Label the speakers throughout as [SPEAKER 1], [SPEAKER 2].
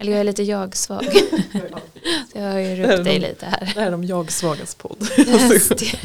[SPEAKER 1] Eller jag är lite jag-svag. Så jag höjer upp dig lite här.
[SPEAKER 2] Det här är de jag-svagas podd.
[SPEAKER 1] Just det.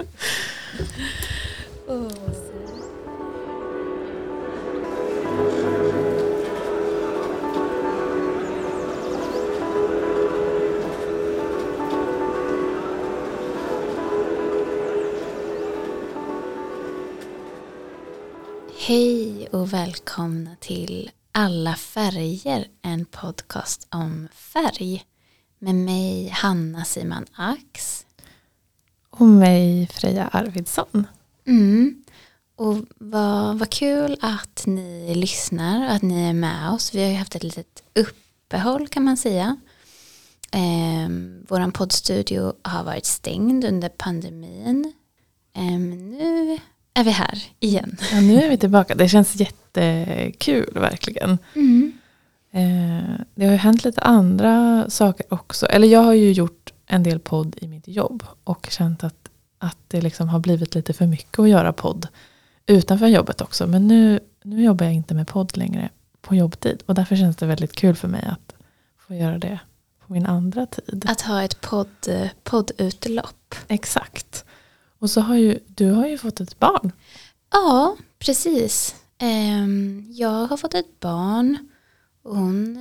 [SPEAKER 1] Hej och välkomna till Alla färger, en podcast om färg. Med mig Hanna Simon Ax.
[SPEAKER 2] Och mig Freja Arvidsson.
[SPEAKER 1] Och vad kul att ni lyssnar och att ni är med oss. Vi har ju haft ett litet uppehåll kan man säga. Våran poddstudio har varit stängd under pandemin. Nu är vi här igen.
[SPEAKER 2] Ja, nu är vi tillbaka. Det känns jättekul verkligen. Det har ju hänt lite andra saker också. Eller jag har ju gjort en del podd i mitt jobb. Och känt att det liksom har blivit lite för mycket att göra podd utanför jobbet också. Men nu jobbar jag inte med podd längre på jobbtid. Och därför känns det väldigt kul för mig att få göra det på min andra tid.
[SPEAKER 1] Att ha ett poddutlopp.
[SPEAKER 2] Exakt. Och så har du har ju fått ett barn.
[SPEAKER 1] Ja, precis. Jag har fått ett barn. Och hon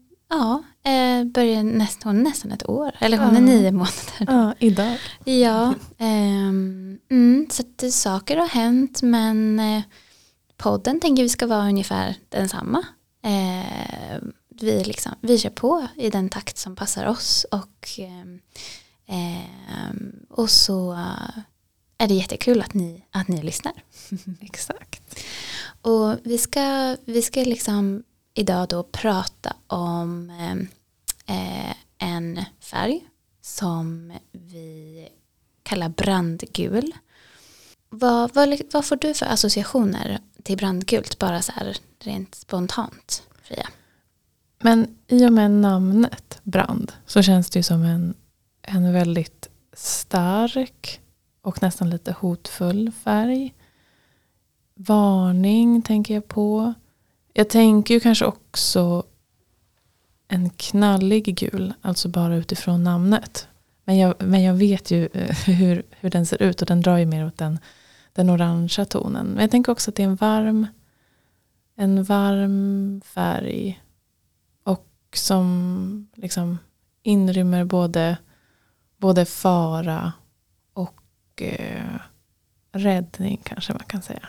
[SPEAKER 1] börjar nästan ett år. Eller hon är 9 månader.
[SPEAKER 2] Ja, idag.
[SPEAKER 1] Ja, så att saker har hänt. Men podden tänker vi ska vara ungefär densamma. Vi kör på i den takt som passar oss. Och så är det jättekul att ni lyssnar.
[SPEAKER 2] Exakt.
[SPEAKER 1] Och vi ska liksom idag då prata om en färg som vi kallar brandgul. Vad får du för associationer till brandgult? Bara så här rent spontant, Freja.
[SPEAKER 2] Men i och med namnet brand så känns det ju som en väldigt stark och nästan lite hotfull färg. Varning tänker jag på. Jag tänker ju kanske också en knallig gul, alltså bara utifrån namnet. Men jag vet ju hur den ser ut och den drar ju mer åt den orangea tonen. Men jag tänker också att det är en varm färg och som liksom inrymmer både fara och räddning kanske man kan säga.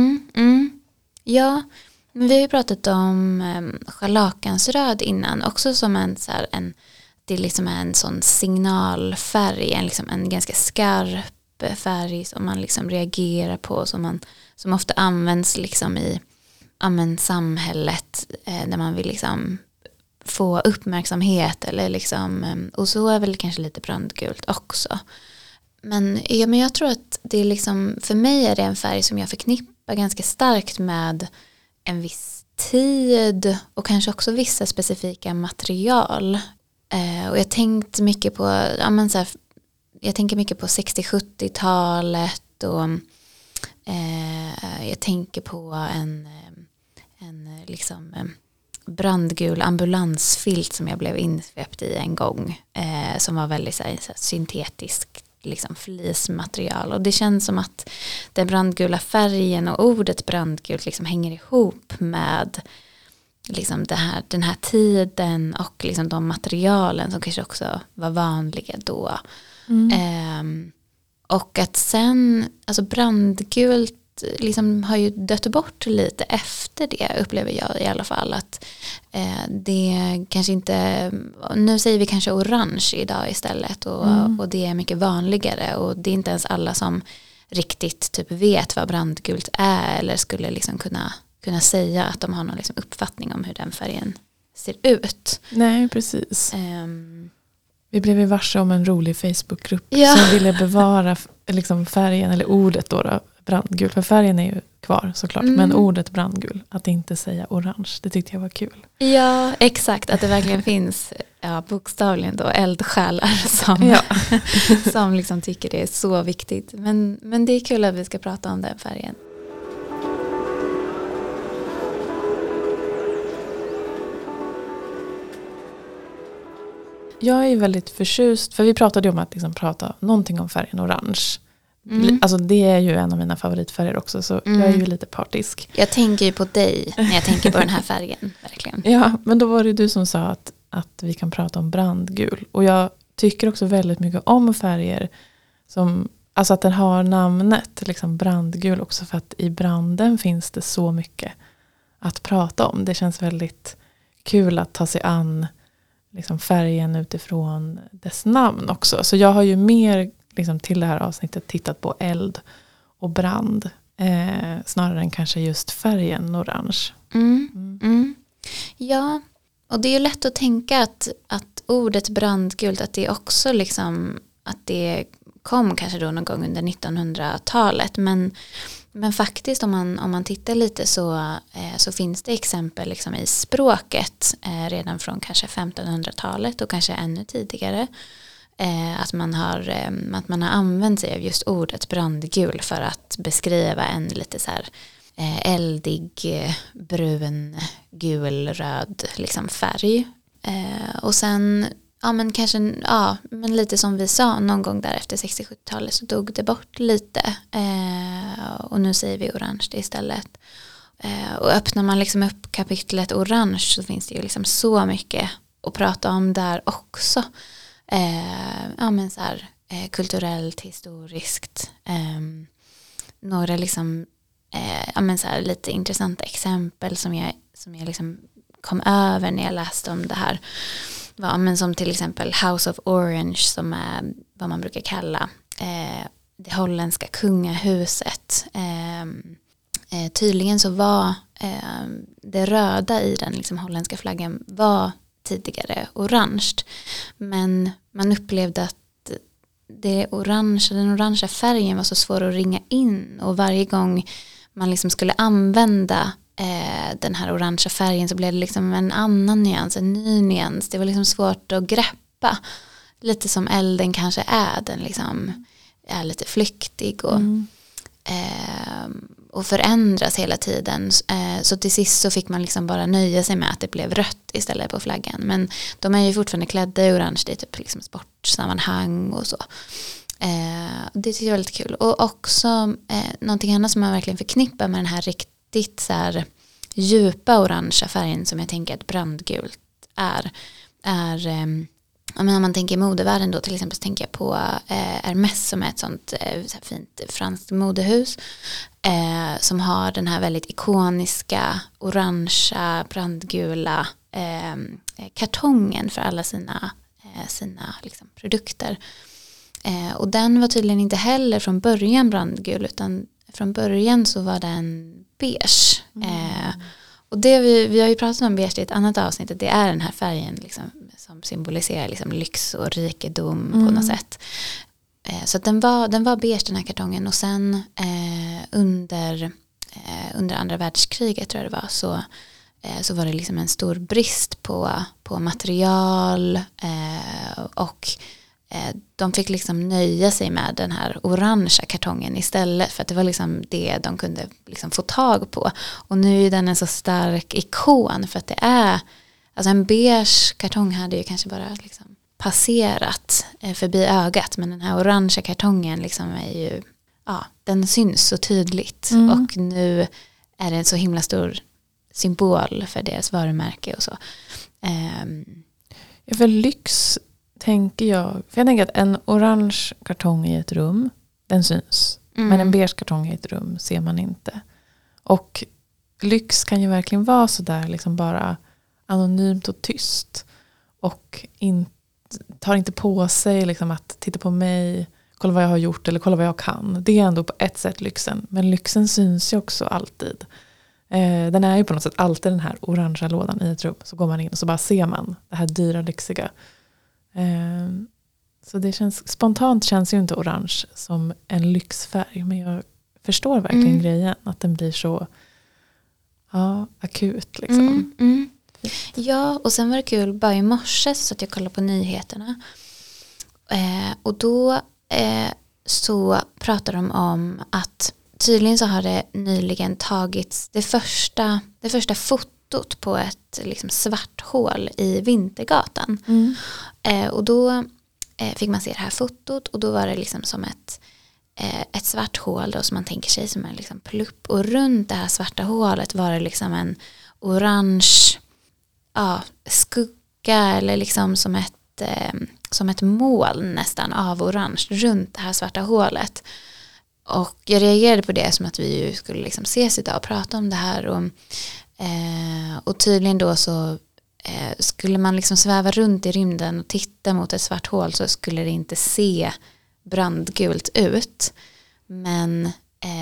[SPEAKER 2] Ja, men vi har ju pratat om scharlakansröd innan också som det liksom är en sån signalfärg, en ganska skarp färg som man liksom reagerar på, som ofta används liksom i samhället där man vill liksom få uppmärksamhet eller liksom, och så är väl kanske lite brandgult också. Men jag tror att det är liksom, för mig är det en färg som jag förknippar ganska starkt med en viss tid och kanske också vissa specifika material. Och jag tänkte mycket på jag tänker mycket på 60-70-talet och jag tänker på en brandgul ambulansfilt som jag blev insvept i en gång som var väldigt så här, syntetisk liksom flismaterial, och det känns som att den brandgula färgen och ordet brandgult liksom hänger ihop med liksom den här tiden och liksom de materialen som kanske också var vanliga då. Och att sen alltså brandgult liksom har ju dött bort lite efter det, upplever jag i alla fall, att det kanske inte, nu säger vi kanske orange idag istället och det är mycket vanligare och det är inte ens alla som riktigt typ vet vad brandgult är eller skulle liksom kunna säga att de har någon liksom uppfattning om hur den färgen ser ut. Nej, precis. Vi blev ju varse om en rolig Facebookgrupp som ville bevara liksom färgen eller ordet då, brandgul. För färgen är ju kvar såklart. Men ordet brandgul, att inte säga orange, det tyckte jag var kul.
[SPEAKER 1] Ja, exakt. Att det verkligen finns bokstavligen då eldsjälar som liksom tycker det är så viktigt. Men det är kul att vi ska prata om den färgen.
[SPEAKER 3] jag är väldigt förtjust, för vi pratade ju om att liksom prata någonting om färgen orange. Alltså det är ju en av mina favoritfärger också, så jag är ju lite partisk.
[SPEAKER 2] Jag tänker ju på dig när jag tänker på den här färgen, verkligen.
[SPEAKER 3] Ja, men då var det du som sa att vi kan prata om brandgul. Och jag tycker också väldigt mycket om färger som, alltså att den har namnet liksom brandgul också, för att i branden finns det så mycket att prata om. Det känns väldigt kul att ta sig an liksom färgen utifrån dess namn också. Så jag har ju mer liksom till det här avsnittet tittat på eld och brand snarare än kanske just färgen orange.
[SPEAKER 2] Ja, och det är ju lätt att tänka att ordet brandgult, att det också liksom, att det kom kanske då någon gång under 1900-talet, men faktiskt om man tittar lite så finns det exempel liksom i språket redan från kanske 1500-talet och kanske ännu tidigare, att man har använt sig av just ordet brandgul för att beskriva en lite så här eldig, brun, gul, röd liksom färg. Och sen men lite som vi sa, någon gång där efter 60-70-talet så dog det bort lite. Och nu säger vi orange istället. Och öppnar man liksom upp kapitlet orange så finns det ju liksom så mycket att prata om där också. Kulturellt, historiskt. Några liksom lite intressanta exempel som jag liksom kom över när jag läste om det här. Men som till exempel House of Orange, som är vad man brukar kalla det holländska kungahuset. Tydligen så var det röda i den liksom holländska flaggan var tidigare orange, men man upplevde att den orangea färgen var så svår att ringa in, och varje gång man liksom skulle använda den här orangea färgen så blev det liksom en annan nyans, en ny nyans. Det var liksom svårt att greppa. Lite som elden kanske är, den liksom är lite flyktig och förändras hela tiden. Så till sist så fick man liksom bara nöja sig med att det blev rött istället på flaggan. Men de är ju fortfarande klädda i orange i typ liksom sportsammanhang och så. Det tycker jag är väldigt kul. Och också någonting annat som man verkligen förknippar med den här riktigt så här djupa orangea färgen som jag tänker att brandgult är om man tänker i modevärlden då, till exempel så tänker jag på Hermès, som är ett sånt så här fint franskt modehus som har den här väldigt ikoniska orangea brandgula kartongen för alla sina liksom produkter. Och den var tydligen inte heller från början brandgul, utan från början så var den beige. Och det vi har ju pratat om beige i ett annat avsnitt, att det är den här färgen liksom, som symboliserar liksom lyx och rikedom på något sätt. Så att den var beige, den här kartongen. Och sen under andra världskriget tror jag det var, så var det liksom en stor brist på material och de fick liksom nöja sig med den här orangea kartongen istället, för att det var liksom det de kunde liksom få tag på. Och nu är den en så stark ikon, för att det är, alltså en beige kartong hade ju kanske bara liksom passerat förbi ögat, men den här orangea kartongen liksom är ju, den syns så tydligt. Och nu är det en så himla stor symbol för deras varumärke och så.
[SPEAKER 3] För lyx tänker jag, för jag tänker att en orange kartong i ett rum, den syns. Men en beige kartong i ett rum ser man inte. Och lyx kan ju verkligen vara så där liksom bara anonymt och tyst. Och tar inte på sig liksom att titta på mig, kolla vad jag har gjort eller kolla vad jag kan. Det är ändå på ett sätt lyxen. Men lyxen syns ju också alltid. Den är ju på något sätt alltid den här orangea lådan i ett rum. Så går man in och så bara ser man det här dyra, lyxiga. Så det spontant känns ju inte orange som en lyxfärg, men jag förstår verkligen grejen, att den blir så akut liksom.
[SPEAKER 2] Ja, och sen var det kul, bara i morse så att jag kollade på nyheterna och då så pratar de om att tydligen så har det nyligen tagits det första fotot fotot på ett liksom svart hål i Vintergatan. Och då fick man se det här fotot och då var det liksom som ett svart hål då, som man tänker sig som en liksom plupp, och runt det här svarta hålet var det liksom en orange skugga eller liksom som ett moln nästan av orange runt det här svarta hålet. Och jag reagerade på det som att vi ju skulle liksom ses idag och prata om det här, och tydligen då så skulle man liksom sväva runt i rymden och titta mot ett svart hål så skulle det inte se brandgult ut, men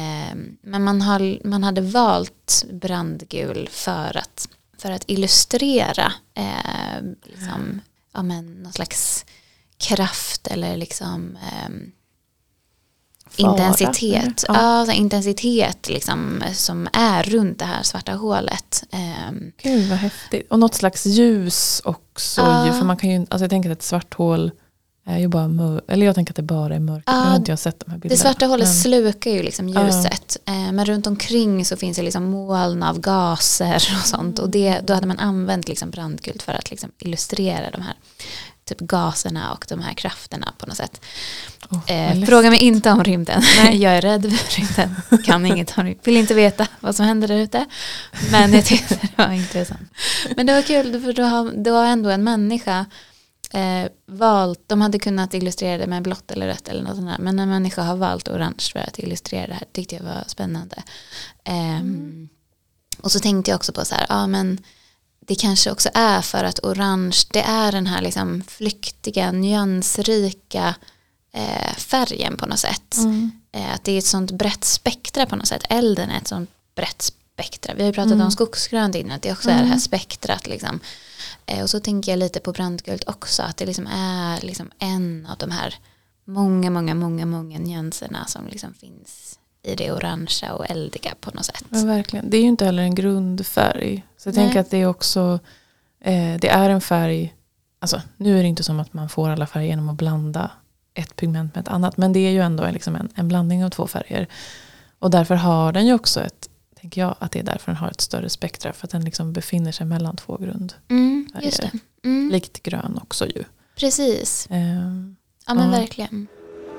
[SPEAKER 2] man hade valt brandgul för att illustrera liksom, någon slags kraft eller liksom intensitet. Ja, intensitet liksom, som är runt det här svarta hålet.
[SPEAKER 3] Gud vad häftigt. Och något slags ljus också. För man kan ju, alltså jag tänker att ett svart hål är ju bara mörkt. Eller jag tänker att det bara är mörkt. Nu har inte jag sett de här bilderna. Det
[SPEAKER 2] svarta hålet slukar ju liksom ljuset. Men runt omkring så finns det liksom moln av gaser och sånt. Och då hade man använt liksom brandgult för att liksom illustrera de här typ gaserna och de här krafterna på något sätt. Fråga mig inte om rymden. Nej. Jag är rädd för rymden. Kan inget om rymden. Vill inte veta vad som händer där ute. Men jag tyckte det var intressant. Men det var kul för då har ändå en människa valt, de hade kunnat illustrera det med blått eller rött eller något sånt där, men en människa har valt orange för att illustrera det här. Tyckte jag var spännande. Och så tänkte jag också på så här, men det kanske också är för att orange, det är den här liksom flyktiga, nyansrika färgen på något sätt. Att det är ett sånt brett spektra på något sätt. Elden är ett sånt brett spektra. Vi har ju pratat om skogsgrönt innan, att det också är det här spektrat liksom. Och så tänker jag lite på brandgult också, att det liksom är liksom en av de här många nyanserna som liksom finns i det orangea och eldiga på något sätt.
[SPEAKER 3] Men verkligen. Det är ju inte heller en grundfärg. Så jag tänker att det är också det är en färg, alltså nu är det inte som att man får alla färger genom att blanda ett pigment med ett annat, men det är ju ändå liksom en blandning av två färger. Och därför har den ju också tänker jag att det är därför den har ett större spektra, för att den liksom befinner sig mellan två grundfärger.
[SPEAKER 2] Just det.
[SPEAKER 3] Likt grön också ju.
[SPEAKER 2] Precis. Ja men verkligen.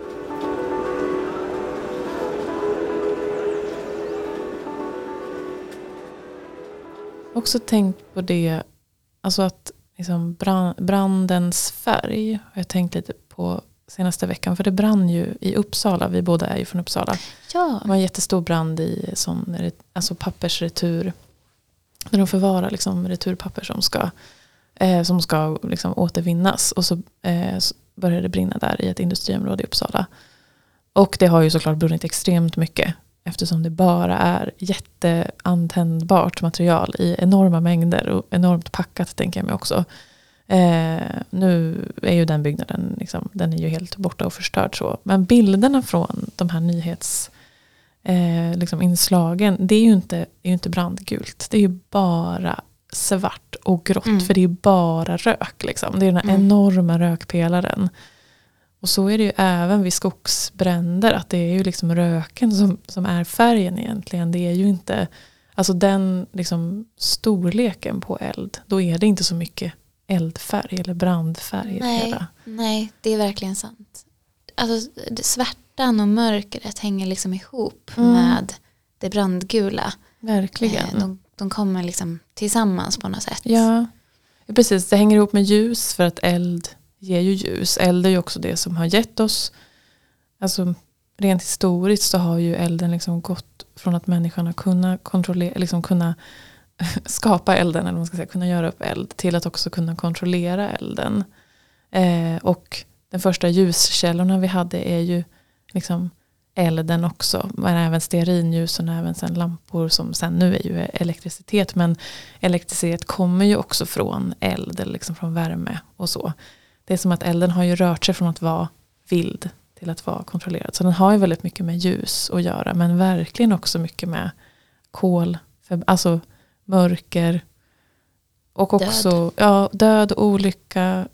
[SPEAKER 3] Också tänkt på det, alltså att liksom brandens färg har jag tänkt lite på senaste veckan, för det brann ju i Uppsala, vi båda är ju från Uppsala.
[SPEAKER 2] Ja.
[SPEAKER 3] Det var en jättestor brand i alltså pappersretur, där de förvarar liksom returpapper som ska liksom återvinnas, och så började det brinna där i ett industriområde i Uppsala. Och det har ju såklart brunnit extremt mycket, eftersom det bara är jätteantändbart material i enorma mängder och enormt packat, tänker jag mig också. Nu är ju den byggnaden liksom, den är ju helt borta och förstörd så. Men bilderna från de här liksom inslagen, det är ju inte brandgult. Det är ju bara svart och grått, för det är ju bara rök liksom. Det är den här enorma rökpelaren. Och så är det ju även vid skogsbränder, att det är ju liksom röken som är färgen egentligen. Det är ju inte, alltså den liksom storleken på eld, då är det inte så mycket eldfärg eller brandfärg.
[SPEAKER 2] Nej, det är verkligen sant. Alltså svärtan och mörkret hänger liksom ihop med det brandgula.
[SPEAKER 3] Verkligen.
[SPEAKER 2] De kommer liksom tillsammans på något sätt.
[SPEAKER 3] Ja, precis. Det hänger ihop med ljus, för att eld ger ju ljus. Eld är ju också det som har gett oss, alltså rent historiskt så har ju elden liksom gått från att människan har kunnat kontrollera, liksom kunna skapa elden, eller man ska säga, kunna göra upp eld, till att också kunna kontrollera elden. Och den första ljuskällorna vi hade är ju liksom elden också, men även stearinljus och även sen lampor, som sen nu är ju elektricitet, men elektricitet kommer ju också från eld, eller liksom från värme och så. Det är som att elden har ju rört sig från att vara vild till att vara kontrollerad. Så den har ju väldigt mycket med ljus att göra, men verkligen också mycket med kol, alltså mörker och också död och olycka.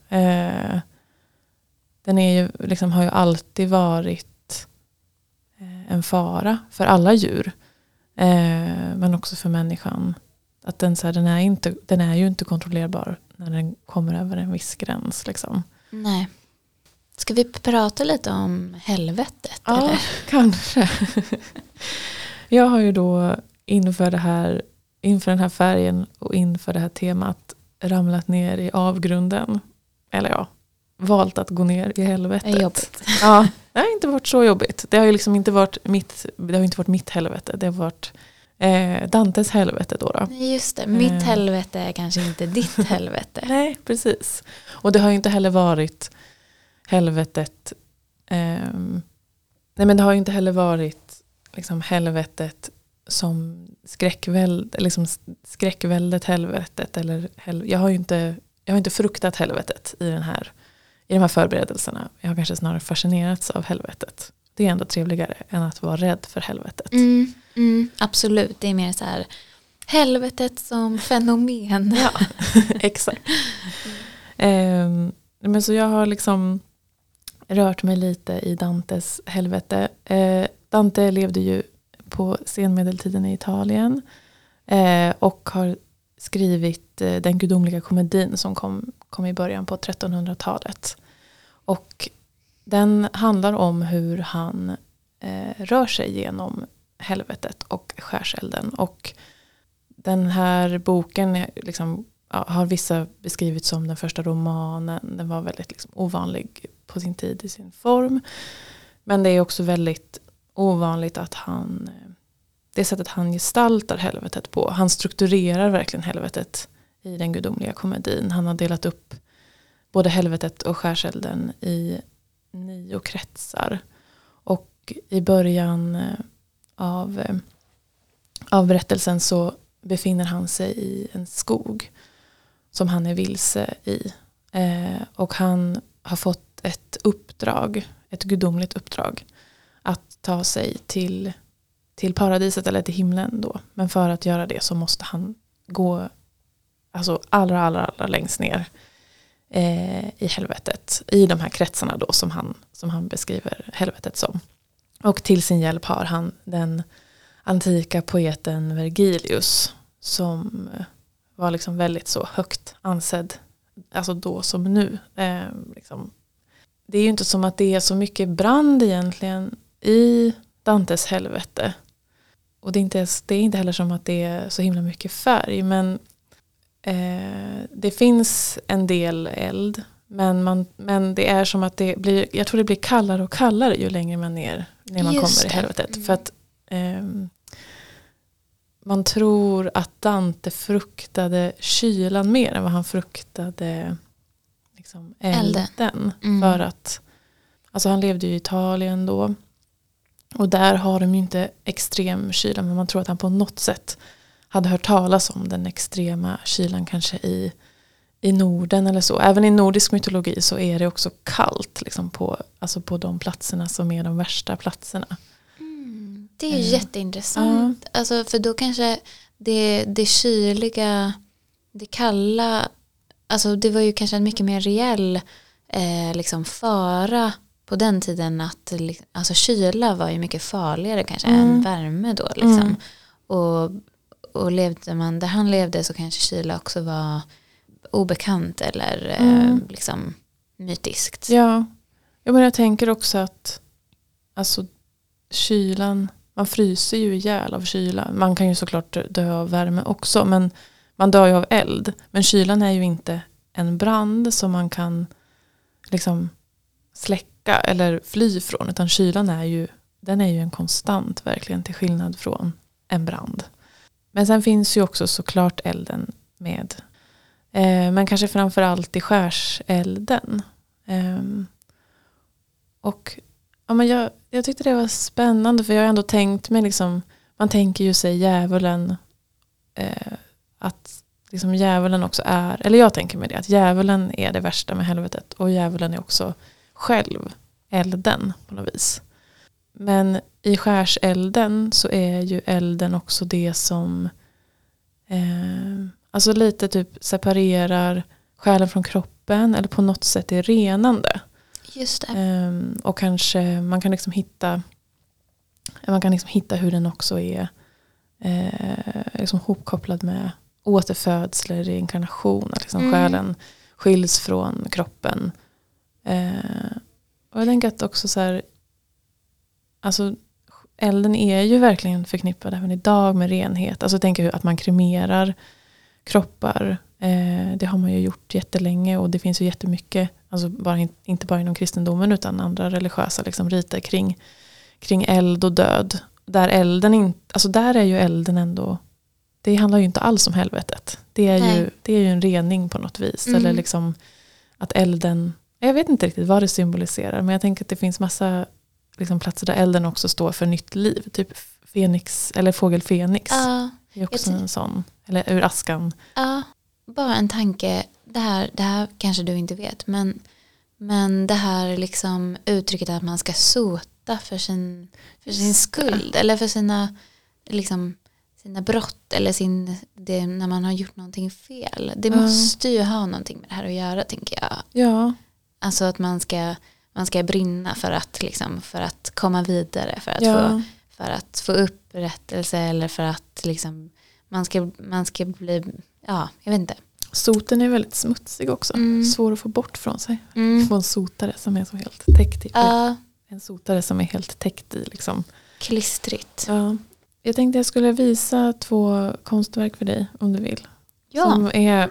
[SPEAKER 3] Den är ju liksom, har ju alltid varit en fara för alla djur, men också för människan. Att den är ju inte kontrollerbar när den kommer över en viss gräns. Liksom.
[SPEAKER 2] Nej. Ska vi prata lite om helvetet?
[SPEAKER 3] Ja,
[SPEAKER 2] eller?
[SPEAKER 3] kanske. Jag har ju då inför den här färgen och inför det här temat ramlat ner i avgrunden. Eller ja, valt att gå ner i helvetet.
[SPEAKER 2] Det är jobbigt.
[SPEAKER 3] Ja, det har inte varit så jobbigt. Det har ju liksom inte varit mitt helvete. Det har varit Dantes helvete då.
[SPEAKER 2] Just det, mitt helvete är kanske inte ditt helvete.
[SPEAKER 3] Nej, precis. Och det har ju inte heller varit helvetet. Nej, men det har ju inte heller varit liksom helvetet som skräckväldet helvetet. Jag har inte fruktat helvetet i de här förberedelserna. Jag har kanske snarare fascinerats av helvetet. Det är ändå trevligare än att vara rädd för helvetet.
[SPEAKER 2] Absolut, det är mer så här helvetet som fenomen.
[SPEAKER 3] Ja, exakt. Men så jag har liksom rört mig lite i Dantes helvete. Dante levde ju på senmedeltiden i Italien och har skrivit den gudomliga komedin som kom i början på 1300-talet. Och den handlar om hur han rör sig genom helvetet och skärselden. Och den här boken liksom, har vissa beskrivit som den första romanen. Den var väldigt liksom, ovanlig på sin tid i sin form. Men det är också väldigt ovanligt att det sättet han gestaltar helvetet på. Han strukturerar verkligen helvetet i den gudomliga komedin. Han har delat upp både helvetet och skärselden i 9 kretsar. Och i början av berättelsen så befinner han sig i en skog som han är vilse i. Och han har fått ett gudomligt uppdrag att ta sig till paradiset eller till himlen då. Men för att göra det så måste han gå alltså allra längst ner i helvetet. I de här kretsarna då som han beskriver helvetet som. Och till sin hjälp har han den antika poeten Vergilius som var liksom väldigt så högt ansedd. Alltså då som nu. Liksom. Det är ju inte som att det är så mycket brand egentligen i Dantes helvete. Och det är inte heller som att det är så himla mycket färg. Men det finns en del eld. Men det är som att jag tror det blir kallare och kallare ju längre man kommer i helvetet. För att man tror att Dante fruktade kylan mer än vad han fruktade liksom, elden. För att alltså han levde ju i Italien då. Och där har de ju inte extrem kyla, men man tror att han på något sätt hade hört talas om den extrema kylan kanske i Norden eller så. Även i nordisk mytologi så är det också kallt liksom på de platserna som är de värsta platserna.
[SPEAKER 2] Det är ju jätteintressant. Alltså, för då kanske det kyliga, det kalla, alltså det var ju kanske en mycket mer reell liksom fara på den tiden att alltså kyla var ju mycket farligare kanske än värme då liksom. Och levde man där han levde så kanske kyla också var obekant eller liksom mytiskt.
[SPEAKER 3] Ja, men jag tänker också att alltså kylan, man fryser ju ihjäl av kyla. Man kan ju såklart dö av värme också, men man dör ju av eld. Men kylan är ju inte en brand som man kan liksom släcka eller fly från, utan kylan är ju en konstant verkligen, till skillnad från en brand. Men sen finns ju också såklart elden med. Men kanske framförallt i skärselden. Och ja, men jag tyckte det var spännande, för jag har ändå tänkt mig liksom, man tänker ju sig djävulen att liksom djävulen också är, eller jag tänker mig det, att djävulen är det värsta med helvetet och djävulen är också själv elden på något vis. Men i skärselden så är ju elden också det som alltså lite typ separerar själen från kroppen eller på något sätt är renande.
[SPEAKER 2] Just det.
[SPEAKER 3] Och kanske man kan liksom hitta hur den också är liksom hopkopplad med återfödsel, reinkarnation, att liksom själen skiljs från kroppen. Och jag tänker att också så här, alltså elden är ju verkligen förknippad även idag med renhet. Alltså tänk att man kremerar kroppar. Det har man ju gjort jättelänge, och det finns ju jättemycket, alltså inte bara inom kristendomen utan andra religiösa liksom riter kring eld och död. Där elden alltså där är ju elden ändå, det handlar ju inte alls om helvetet. Det är ju en rening på något vis. Eller liksom att elden, jag vet inte riktigt vad det symboliserar, men jag tänker att det finns massa liksom platser där elden också står för nytt liv. Typ Fenix, eller fågel Fenix. Det är också en sån. Eller ur askan.
[SPEAKER 2] Ja, bara en tanke. Det här kanske du inte vet. Men det här liksom uttrycket att man ska sota för sin skuld. Eller för sina brott. Eller när man har gjort någonting fel. Det måste ju ha någonting med det här att göra, tänker jag.
[SPEAKER 3] Ja.
[SPEAKER 2] Alltså att man ska brinna för att komma vidare. För att få upprättelse. Eller för att liksom man ska bli, ja, jag vet inte.
[SPEAKER 3] Soten är väldigt smutsig också. Svår att få bort från sig. Få en sotare som är så helt täckt i. En sotare som är helt täckt i liksom.
[SPEAKER 2] Klistrigt.
[SPEAKER 3] Ja. Jag tänkte jag skulle visa 2 konstverk för dig om du vill.
[SPEAKER 2] Ja.
[SPEAKER 3] Som är,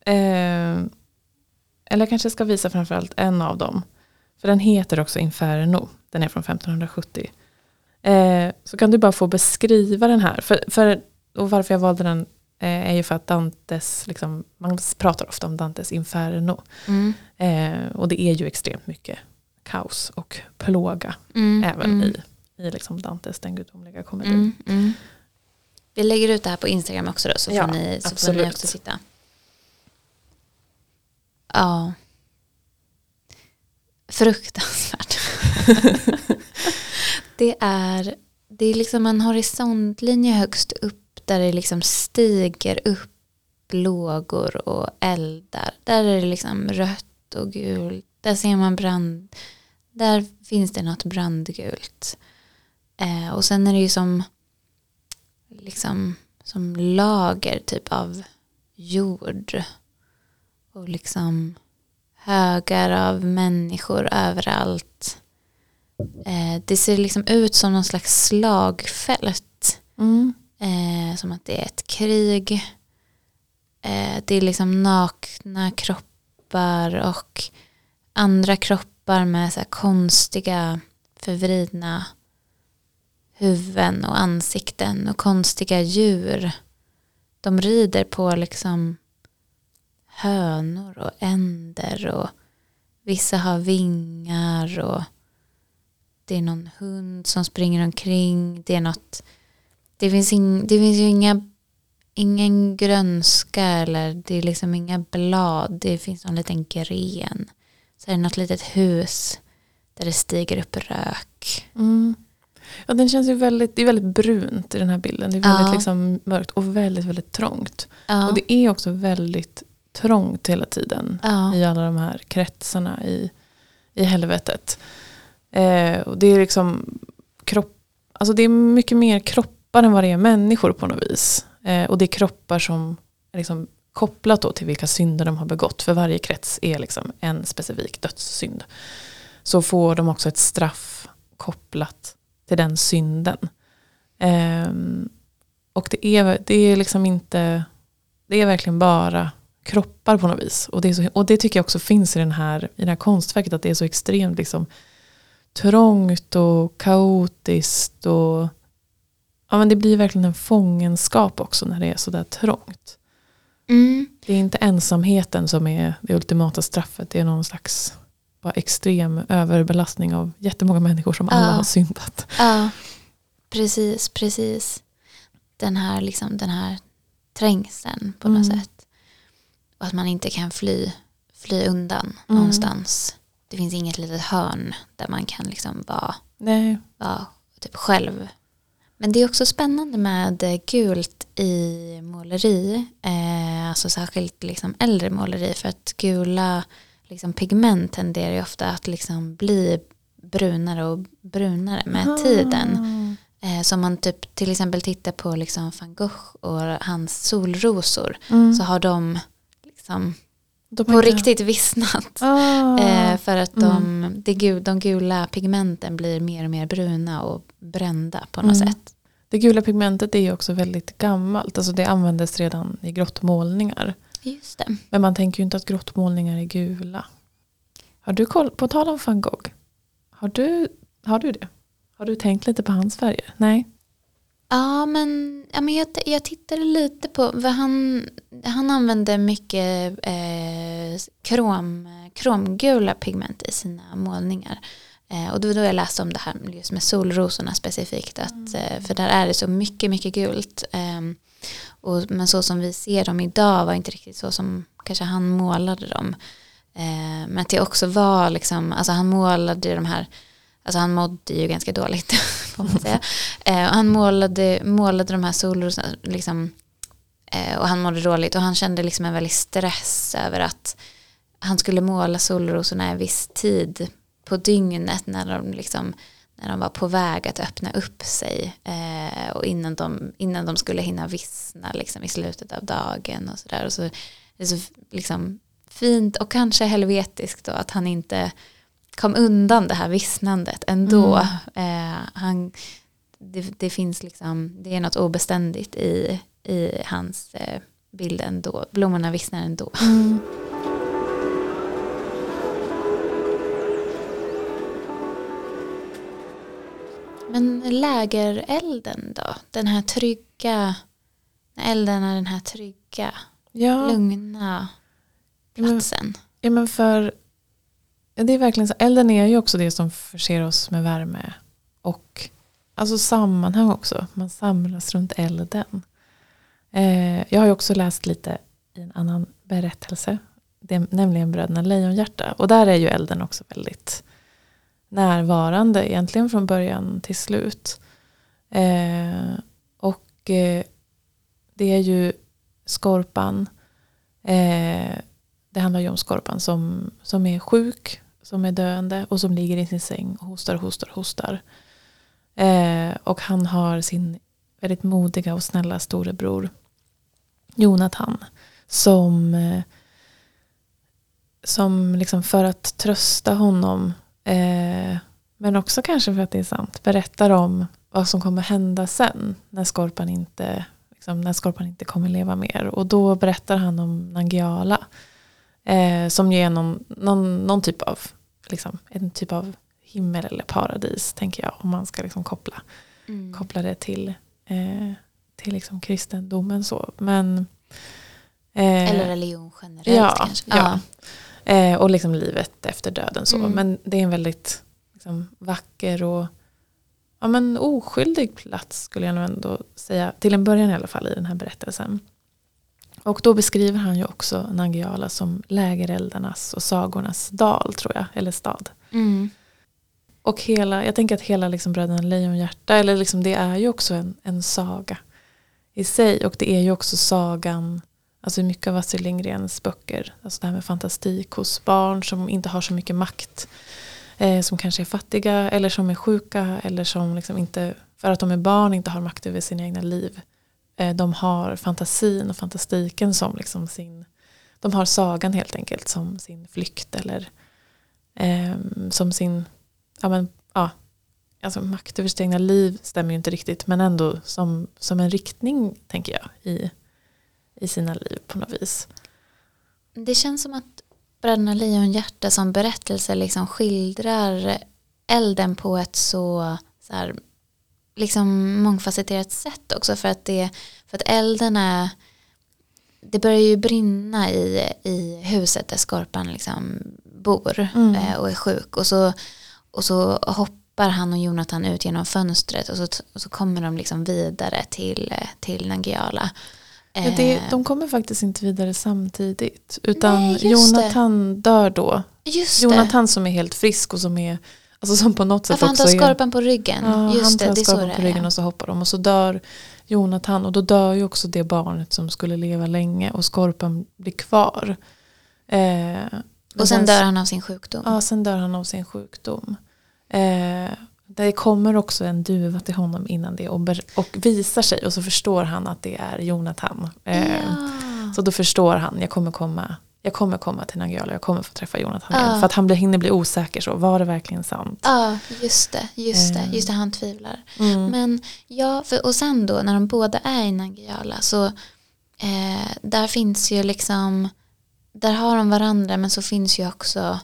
[SPEAKER 3] eller jag kanske ska visa framförallt en av dem. För den heter också Inferno. Den är från 1570. Så kan du bara få beskriva den här. Och varför jag valde den är ju för att Dantes, liksom, man pratar ofta om Dantes Inferno. Och det är ju extremt mycket kaos och plåga. Även i liksom Dantes Den gudomliga komedin.
[SPEAKER 2] Vi lägger ut det här på Instagram också då, så får ni också sitta. Ja. Fruktansvärt. Det är liksom en horisontlinje högst upp där det liksom stiger upp lågor och eldar. Där är det liksom rött och gult. Där ser man där finns det något brandgult. Och sen är det ju som lager typ av jord. Och liksom högar av människor överallt. Det ser liksom ut som någon slags slagfält. Som att det är ett krig. Det är liksom nakna kroppar och andra kroppar med så här konstiga förvridna huvuden och ansikten och konstiga djur. De rider på liksom hönor och änder, och vissa har vingar, och det är någon hund som springer omkring. Det finns ju ingen grönska, eller det är liksom inga blad. Det finns någon liten gren. Så är det något litet hus där det stiger upp rök.
[SPEAKER 3] Ja, den känns ju det är väldigt brunt i den här bilden. Det är väldigt liksom mörkt och väldigt, väldigt trångt. Och det är också väldigt trångt hela tiden i alla de här kretsarna i helvetet. Och det är liksom alltså det är mycket mer kroppar än vad det är människor på något vis. Och det är kroppar som är liksom kopplat då till vilka synder de har begått. För varje krets är liksom en specifik dödssynd. Så får de också ett straff kopplat till den synden. Och det är liksom inte, det är verkligen bara kroppar på något vis. Och det tycker jag också finns i det här konstverket, att det är så extremt liksom trångt och kaotiskt, och ja, men det blir verkligen en fångenskap också när det är så där trångt. Det är inte ensamheten som är det ultimata straffet, det är någon slags bara extrem överbelastning av jättemånga människor som alla har syndat.
[SPEAKER 2] Ja, precis. Den här trängseln på något sätt. Och att man inte kan fly undan någonstans. Det finns inget litet hörn där man kan liksom vara typ själv. Men det är också spännande med gult i måleri. Alltså särskilt liksom äldre måleri. För att gula liksom pigment tenderar ju ofta att liksom bli brunare och brunare med tiden. Som man typ till exempel tittar på liksom van Gogh och hans solrosor. Så har de liksom på riktigt vissnat. För att de gula pigmenten blir mer och mer bruna och brända på något sätt.
[SPEAKER 3] Det gula pigmentet är ju också väldigt gammalt. Alltså det användes redan i grottmålningar.
[SPEAKER 2] Just det.
[SPEAKER 3] Men man tänker ju inte att grottmålningar är gula. Har du koll på tal om van Gogh? Har du det? Har du tänkt lite på hans färger? Nej.
[SPEAKER 2] Ja, men jag tittade lite på vad han använde mycket kromgula pigment i sina målningar. Och då jag läste om det här just med solrosorna specifikt. För där är det så mycket, mycket gult. Men så som vi ser dem idag var inte riktigt så som kanske han målade dem. Men att det också var liksom, alltså han målade de här, alltså han mådde ju ganska dåligt får man säga. Han målade de här solrosorna liksom, och han mådde dåligt och han kände liksom en väldigt stress över att han skulle måla solrosorna en viss tid på dygnet när de var på väg att öppna upp sig och innan de skulle hinna vissna liksom, i slutet av dagen och sådär. Och så, det är så liksom fint och kanske helvetiskt då, att han inte kom undan det här vissnandet ändå. Det finns liksom, det är något obeständigt i hans bild ändå. Blommorna vissnar ändå. Men lägerelden då? Den här trygga, elden är den här trygga, lugna platsen.
[SPEAKER 3] Ja, men för det är verkligen så. Elden är ju också det som förser oss med värme. Och alltså sammanhang också. Man samlas runt elden. Jag har ju också läst lite i en annan berättelse. Nämligen Bröderna Lejonhjärta. Och där är ju elden också väldigt närvarande egentligen från början till slut. Det är ju Skorpan. Det handlar ju om Skorpan som är sjuk, som är döende och som ligger i sin säng och hostar. Och han har sin väldigt modiga och snälla storebror Jonathan som liksom för att trösta honom, men också kanske för att det är sant, berättar om vad som kommer hända sen när Skorpan inte kommer leva mer. Och då berättar han om Nangiala, som ger någon typ av liksom, en typ av himmel eller paradis, tänker jag, om man ska liksom koppla det till liksom kristendomen så. Men
[SPEAKER 2] eller religion generellt kanske.
[SPEAKER 3] Ja. Och liksom livet efter döden så. Men det är en väldigt liksom, vacker och oskyldig plats, skulle jag nog ändå säga, till en början i alla fall, i den här berättelsen. Och då beskriver han ju också Nangiala som lägereldarnas och sagornas dal, tror jag, eller stad. Och jag tänker att hela liksom Bröderna Lejonhjärta, eller liksom, det är ju också en saga i sig. Och det är ju också sagan, alltså mycket av Astrid Lindgrens böcker, alltså det här med fantastik hos barn som inte har så mycket makt, som kanske är fattiga eller som är sjuka eller som liksom inte, för att de är barn, inte har makt över sina egna liv. De har fantasin och fantastiken som liksom de har sagan helt enkelt som sin flykt eller som sin alltså makt över sitt egna liv stämmer ju inte riktigt, men ändå som en riktning, tänker jag, i sina liv på något vis.
[SPEAKER 2] Det känns som att Bröderna Lejonhjärta som berättelse liksom skildrar elden på ett så här, liksom mångfacetterat sätt också, för att elden är, det börjar ju brinna i huset där Skorpan liksom bor och är sjuk, och så hoppar han och Jonathan ut genom fönstret och så kommer de liksom vidare till Nangiala.
[SPEAKER 3] Ja, de kommer faktiskt inte vidare samtidigt, utan Jonathan dör då. Jonathan som är helt frisk och som är, alltså som på något sätt också
[SPEAKER 2] han tar Skorpan på ryggen.
[SPEAKER 3] Ja, han tar Skorpan på ryggen och så hoppar de, och så dör Jonathan, och då dör ju också det barnet som skulle leva länge, och Skorpan blir kvar.
[SPEAKER 2] Och sen dör han av sin sjukdom.
[SPEAKER 3] Ja, sen dör han av sin sjukdom. det kommer också en duva till honom innan det och visar sig och så förstår han att det är Jonathan. Så då förstår han, jag kommer komma till Nangijala, jag kommer få träffa Jonathan igen. För att han hinner bli osäker, så var det verkligen sant?
[SPEAKER 2] Ja, just det, han tvivlar. Men ja, och sen då när de båda är i Nangijala så där finns ju liksom, där har de varandra, men så finns ju också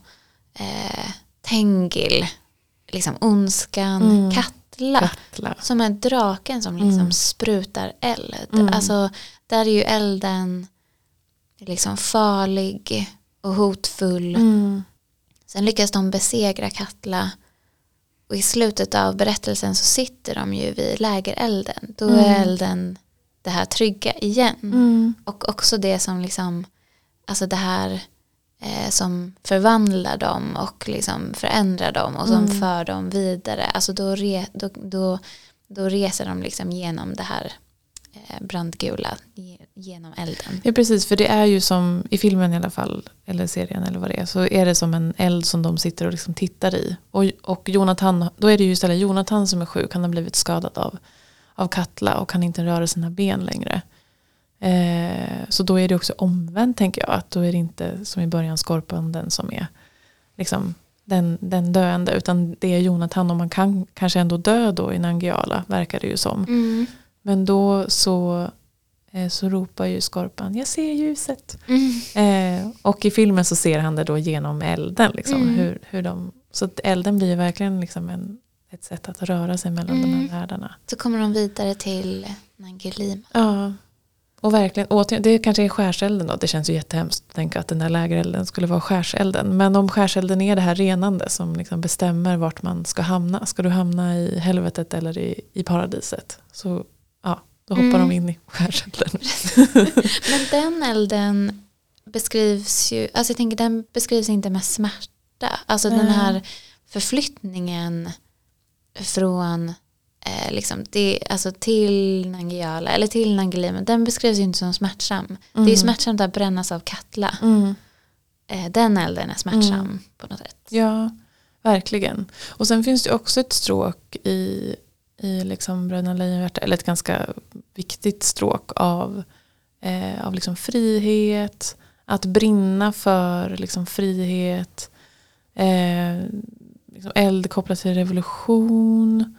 [SPEAKER 2] Tengil, liksom ondskan, Katla, som är draken som liksom sprutar eld. Alltså där är ju elden liksom farlig och hotfull. Sen lyckas de besegra Katla, och i slutet av berättelsen så sitter de ju vid lägerelden. Då är elden det här trygga igen. Och också det som liksom, alltså det här som förvandlar dem och liksom förändrar dem och som för dem vidare. Alltså då reser de liksom genom det här brandgula, genom elden.
[SPEAKER 3] Ja, precis, för det är ju som i filmen i alla fall, eller serien eller vad det är, så är det som en eld som de sitter och liksom tittar i. Och Jonathan, då är det ju istället Jonathan som är sjuk. Han har blivit skadad av Katla och kan inte röra sina ben längre. Så då är det också omvänt, tänker jag, att då är det inte som i början Skorpan den som är liksom den döende, utan det är Jonathan, och man kan kanske ändå dö då i Nangijala, verkar det ju som. Men då så ropar ju Skorpan, jag ser ljuset. Och i filmen så ser han det då genom elden liksom, hur de, så att elden blir verkligen liksom ett sätt att röra sig mellan de här världarna.
[SPEAKER 2] Så kommer de vidare till Nangilima.
[SPEAKER 3] Ja. Och verkligen, det kanske är skärselden då. Det känns ju jättehemskt att tänka att den där lägerelden skulle vara skärselden. Men om skärselden är det här renande som liksom bestämmer vart man ska hamna. Ska du hamna i helvetet eller i paradiset? Så ja, då hoppar de in i skärselden.
[SPEAKER 2] Men den elden beskrivs ju, alltså jag tänker den beskrivs inte med smärta. Alltså den här förflyttningen från liksom alltså till Nangijala eller till Nangilima, den beskrivs ju inte som smärtsam. Det är ju smärtsamt att brännas av Katla. Den elden är smärtsam på något sätt.
[SPEAKER 3] Ja, verkligen. Och sen finns det också ett stråk i liksom Bröderna Lejonhjärta, eller ett ganska viktigt stråk av liksom frihet, att brinna för liksom frihet, liksom eld kopplat till revolution.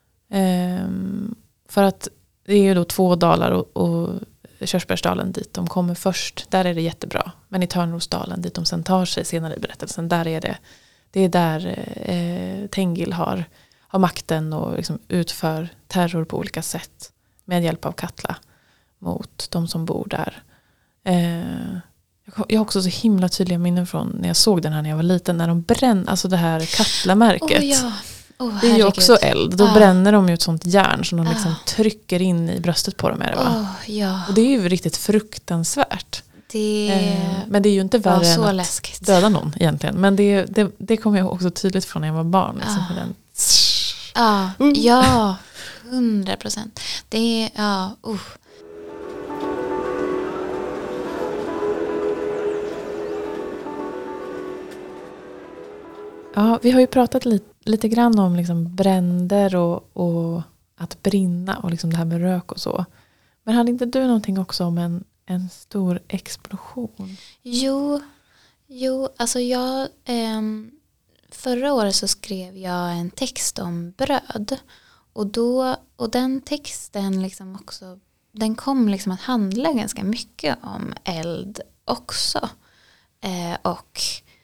[SPEAKER 3] För att det är ju då 2 dalar och Körsbärsdalen dit de kommer först, där är det jättebra. Men i Törnrosdalen dit de sen tar sig senare i berättelsen, där är det är där Tengil har makten och liksom utför terror på olika sätt med hjälp av Katla mot de som bor där. Jag har också så himla tydliga minnen från när jag såg den här när jag var liten, när de bränner, alltså det här Katla-märket. Det är ju också eld. Då bränner de ju ett sånt järn som de liksom trycker in i bröstet på dem. Är det, va? Och det är ju riktigt fruktansvärt. Men det är ju inte värre än att läskigt. Döda någon egentligen. Men det kommer jag också tydligt från när jag var barn. Liksom, för den.
[SPEAKER 2] Ja, 100%. Det är,
[SPEAKER 3] Ja, vi har ju pratat lite grann om liksom bränder och att brinna och liksom det här med rök och så. Men hade inte du någonting också om en stor explosion?
[SPEAKER 2] Jo, alltså jag förra året så skrev jag en text om bröd, och den texten liksom också, den kom liksom att handla ganska mycket om eld också, och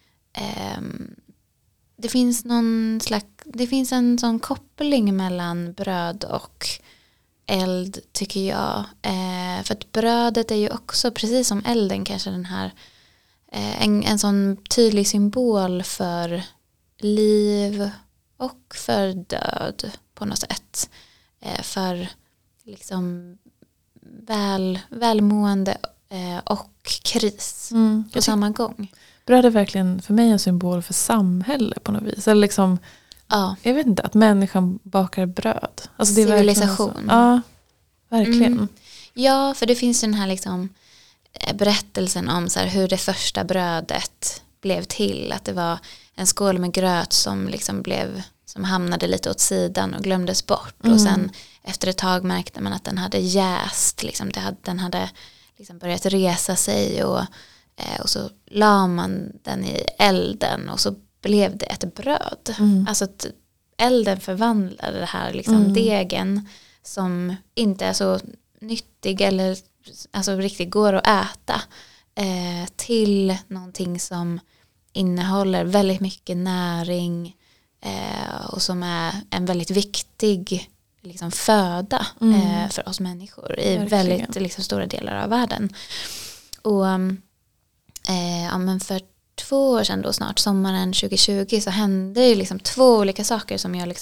[SPEAKER 2] det finns en sån koppling mellan bröd och eld, tycker jag. För att brödet är ju också, precis som elden, kanske den här en sån tydlig symbol för liv och för död på något sätt. För liksom välmående och kris på samma gång.
[SPEAKER 3] Bröd är verkligen för mig en symbol för samhälle på något vis. Eller liksom, jag vet inte, att människan bakar bröd. Alltså det är
[SPEAKER 2] civilisation.
[SPEAKER 3] Ja, verkligen.
[SPEAKER 2] Ja, för det finns den här liksom berättelsen om så här hur det första brödet blev till. Att det var en skål med gröt som liksom som hamnade lite åt sidan och glömdes bort. Och sen efter ett tag märkte man att den hade jäst. Liksom, den hade liksom börjat resa sig och så la man den i elden och så blev det ett bröd. Alltså att elden förvandlade det här liksom degen som inte är så nyttig eller alltså riktigt går att äta till någonting som innehåller väldigt mycket näring och som är en väldigt viktig liksom föda för oss människor i väldigt liksom stora delar av världen. Och men för 2 år sedan då snart, sommaren 2020, så hände ju liksom 2 olika saker som jag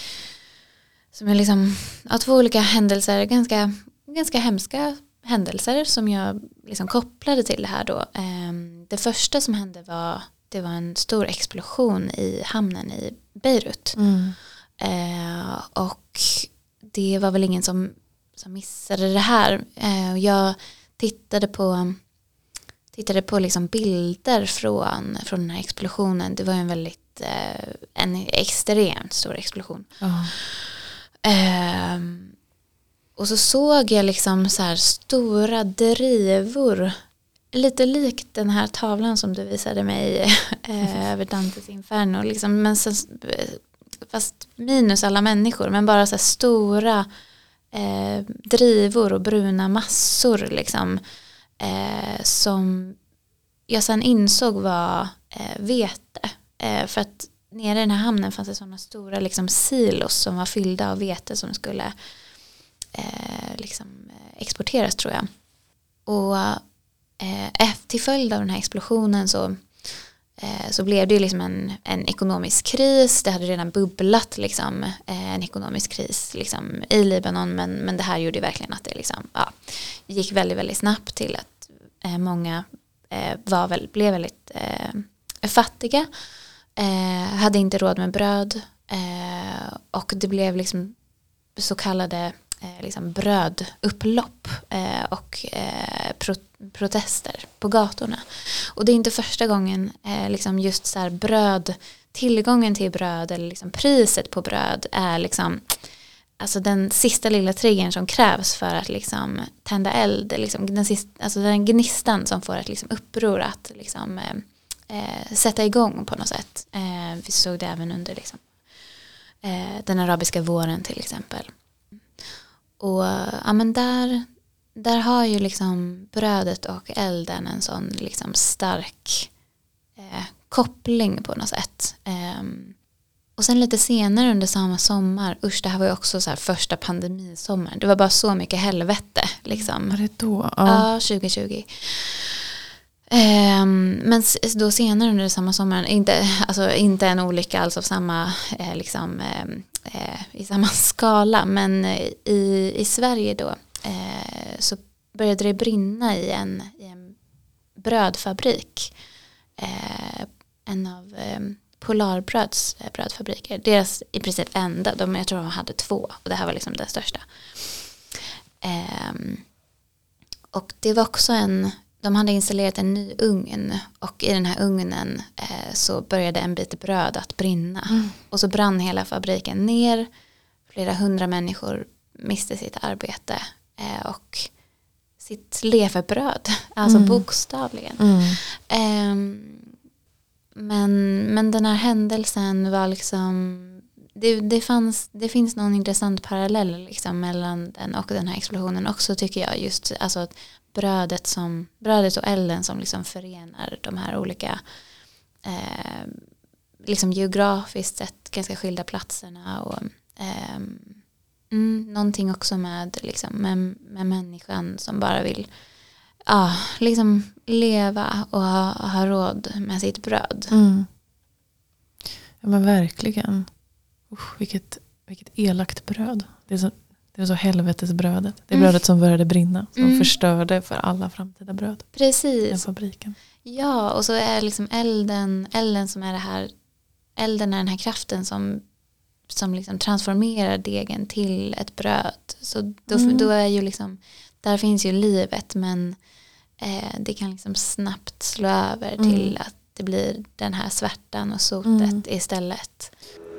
[SPEAKER 2] två olika händelser, ganska hemska händelser som jag liksom kopplade till det här då. Det första som hände det var en stor explosion i hamnen i Beirut. Och det var väl ingen som missade det här. Jag tittade på liksom bilder från den här explosionen. Det var en extremt stor explosion. Och så såg jag liksom så här stora drivor, lite likt den här tavlan som du visade mig över Dantes Inferno liksom, men så, fast minus alla människor, men bara så här stora drivor och bruna massor liksom, som jag sen insåg var vete, för att nere i den här hamnen fanns det sådana stora liksom silos som var fyllda av vete som skulle exporteras, tror jag. Och till följd av den här explosionen så blev det ju liksom en ekonomisk kris. Det hade redan bubblat liksom, en ekonomisk kris liksom, i Libanon, men det här gjorde verkligen att det liksom, gick väldigt, väldigt snabbt till att många blev väldigt fattiga, hade inte råd med bröd, och det blev liksom så kallade liksom brödupplopp och protester på gatorna. Och det är inte första gången liksom just så här tillgången till bröd eller liksom priset på bröd är liksom, alltså den sista lilla triggern som krävs för att liksom tända eld, liksom den gnistan som får ett liksom uppror att liksom sätta igång på något sätt. Vi såg det även under liksom den arabiska våren till exempel. Och men där har ju liksom brödet och elden en sån liksom stark koppling på något sätt. Och sen lite senare under samma sommar, det här var ju också så här första pandemisommaren. Det var bara så mycket helvete liksom.
[SPEAKER 3] Var det då?
[SPEAKER 2] Ja, 2020. Men då senare under samma sommaren, inte en olycka alls av samma i samma skala, men i Sverige då så började det brinna i en brödfabrik, en av Polarbröds brödfabriker, deras i princip enda, jag tror de hade 2 och det här var liksom den största, och det var också de hade installerat en ny ugn, och i den här ugnen så började en bit bröd att brinna. Och så brann hela fabriken ner. Flera 100 människor miste sitt arbete och sitt levebröd. Alltså bokstavligen. Men den här händelsen var liksom, det finns någon intressant parallell liksom mellan den och den här explosionen också, tycker jag. Just alltså brödet och elden som liksom förenar de här olika liksom geografiskt sett ganska skilda platserna, och någonting också med människan som bara vill liksom leva och ha råd med sitt bröd.
[SPEAKER 3] Ja, men verkligen. Vilket elakt bröd. Det är så helvetesbrödet. Det är brödet som började brinna. Som förstörde för alla framtida bröd.
[SPEAKER 2] Precis.
[SPEAKER 3] Den fabriken.
[SPEAKER 2] Ja, och så är liksom elden som är det här. Elden är den här kraften som liksom transformerar degen till ett bröd. Så då är ju liksom, där finns ju livet, men det kan liksom snabbt slå över till att det blir den här svärtan och sotet istället.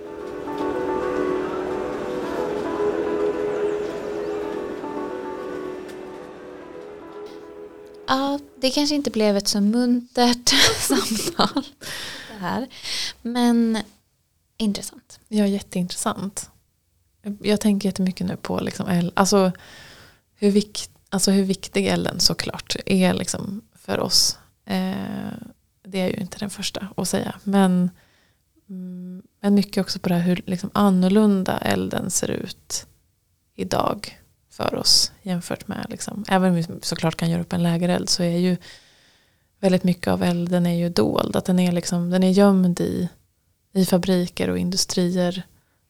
[SPEAKER 2] Ja, det kanske inte blev ett så muntert samtal det här. Men intressant.
[SPEAKER 3] Ja, jätteintressant. Jag tänker jättemycket nu på liksom hur viktig elden såklart är liksom för oss. Det är ju inte den första att säga. Men mycket också på det här hur liksom annorlunda elden ser ut idag för oss jämfört med liksom, även om vi såklart kan göra upp en lägereld så är ju väldigt mycket av elden är ju dold. Att den är gömd i fabriker och industrier.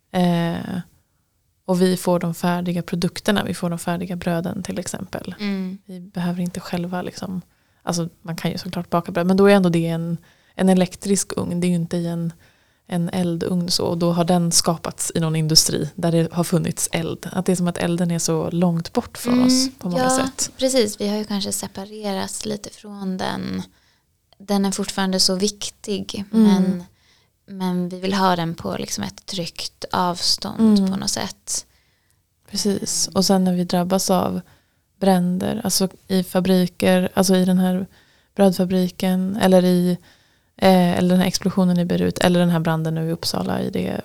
[SPEAKER 3] Och vi får de färdiga produkterna. Vi får de färdiga bröden till exempel. Vi behöver inte själva liksom, alltså man kan ju såklart baka bröd. Men då är ändå det en elektrisk ugn. Det är ju inte i en eldugn så. Och då har den skapats i någon industri där det har funnits eld. Att det är som att elden är så långt bort från oss på många sätt.
[SPEAKER 2] Precis. Vi har ju kanske separerats lite från den. Den är fortfarande så viktig. Men vi vill ha den på liksom ett tryggt avstånd på något sätt. Precis.
[SPEAKER 3] Och sen när vi drabbas av bränder, alltså i fabriker, alltså i den här brödfabriken eller eller den här explosionen i Beirut eller den här branden nu i Uppsala i det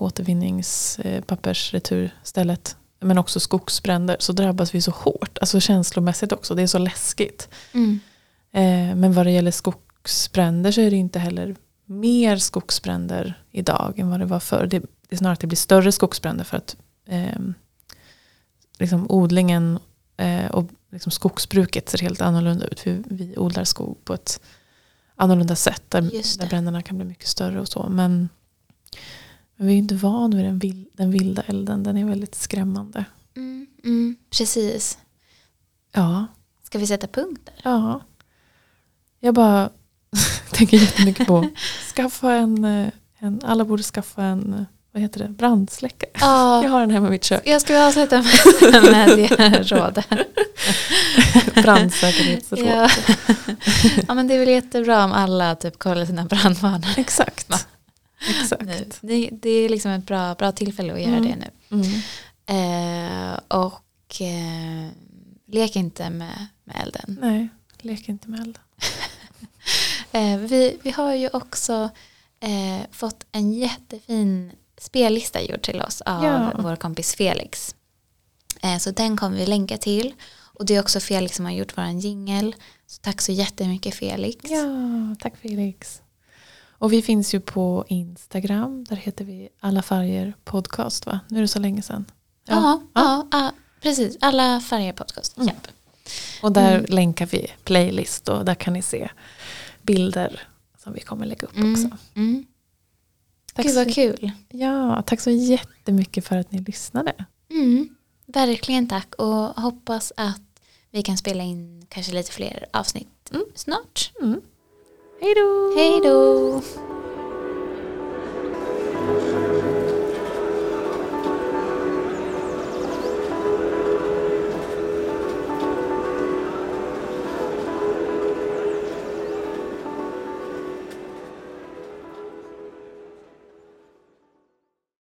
[SPEAKER 3] återvinningspappersreturstället, men också skogsbränder, så drabbas vi så hårt, alltså känslomässigt också, det är så läskigt. Men vad det gäller skogsbränder så är det inte heller mer skogsbränder idag än vad det var förr. Det är snarare att det blir större skogsbränder för att liksom odlingen och liksom skogsbruket ser helt annorlunda ut. Vi odlar skog på ett annorlunda sätt där bränderna kan bli mycket större och så. Men vi är inte van vid den vilda elden. Den är väldigt skrämmande.
[SPEAKER 2] Precis.
[SPEAKER 3] Ja.
[SPEAKER 2] Ska vi sätta punkt där?
[SPEAKER 3] Ja. Jag bara tänker jättemycket på alla borde skaffa en vad heter det? Brandsläckare.
[SPEAKER 2] Ja.
[SPEAKER 3] Jag har den hemma i mitt kök.
[SPEAKER 2] Jag ska avsluta med det rådet.
[SPEAKER 3] Brandsäkerhetsråd.
[SPEAKER 2] Ja. Ja, men det är väl jättebra om alla typ kollar sina brandvarnare.
[SPEAKER 3] Exakt.
[SPEAKER 2] Det är liksom ett bra tillfälle att göra det nu. Lek inte med elden.
[SPEAKER 3] Nej, lek inte med elden.
[SPEAKER 2] Vi har ju också fått en jättefin spellista gjord till oss av vår kompis Felix. Så den kommer vi länka till. Och det är också Felix som har gjort våran jingle. Så tack så jättemycket Felix.
[SPEAKER 3] Ja, tack Felix. Och vi finns ju på Instagram. Där heter vi Alla Färger Podcast, va? Nu är det så länge sedan.
[SPEAKER 2] Ja, precis. Alla Färger Podcast. Japp.
[SPEAKER 3] Och där länkar vi playlist och där kan ni se bilder som vi kommer lägga upp också.
[SPEAKER 2] Gud vad kul.
[SPEAKER 3] Ja, tack så jättemycket för att ni lyssnade.
[SPEAKER 2] Verkligen tack, och hoppas att vi kan spela in kanske lite fler avsnitt snart.
[SPEAKER 3] Hej då!
[SPEAKER 2] Hej då!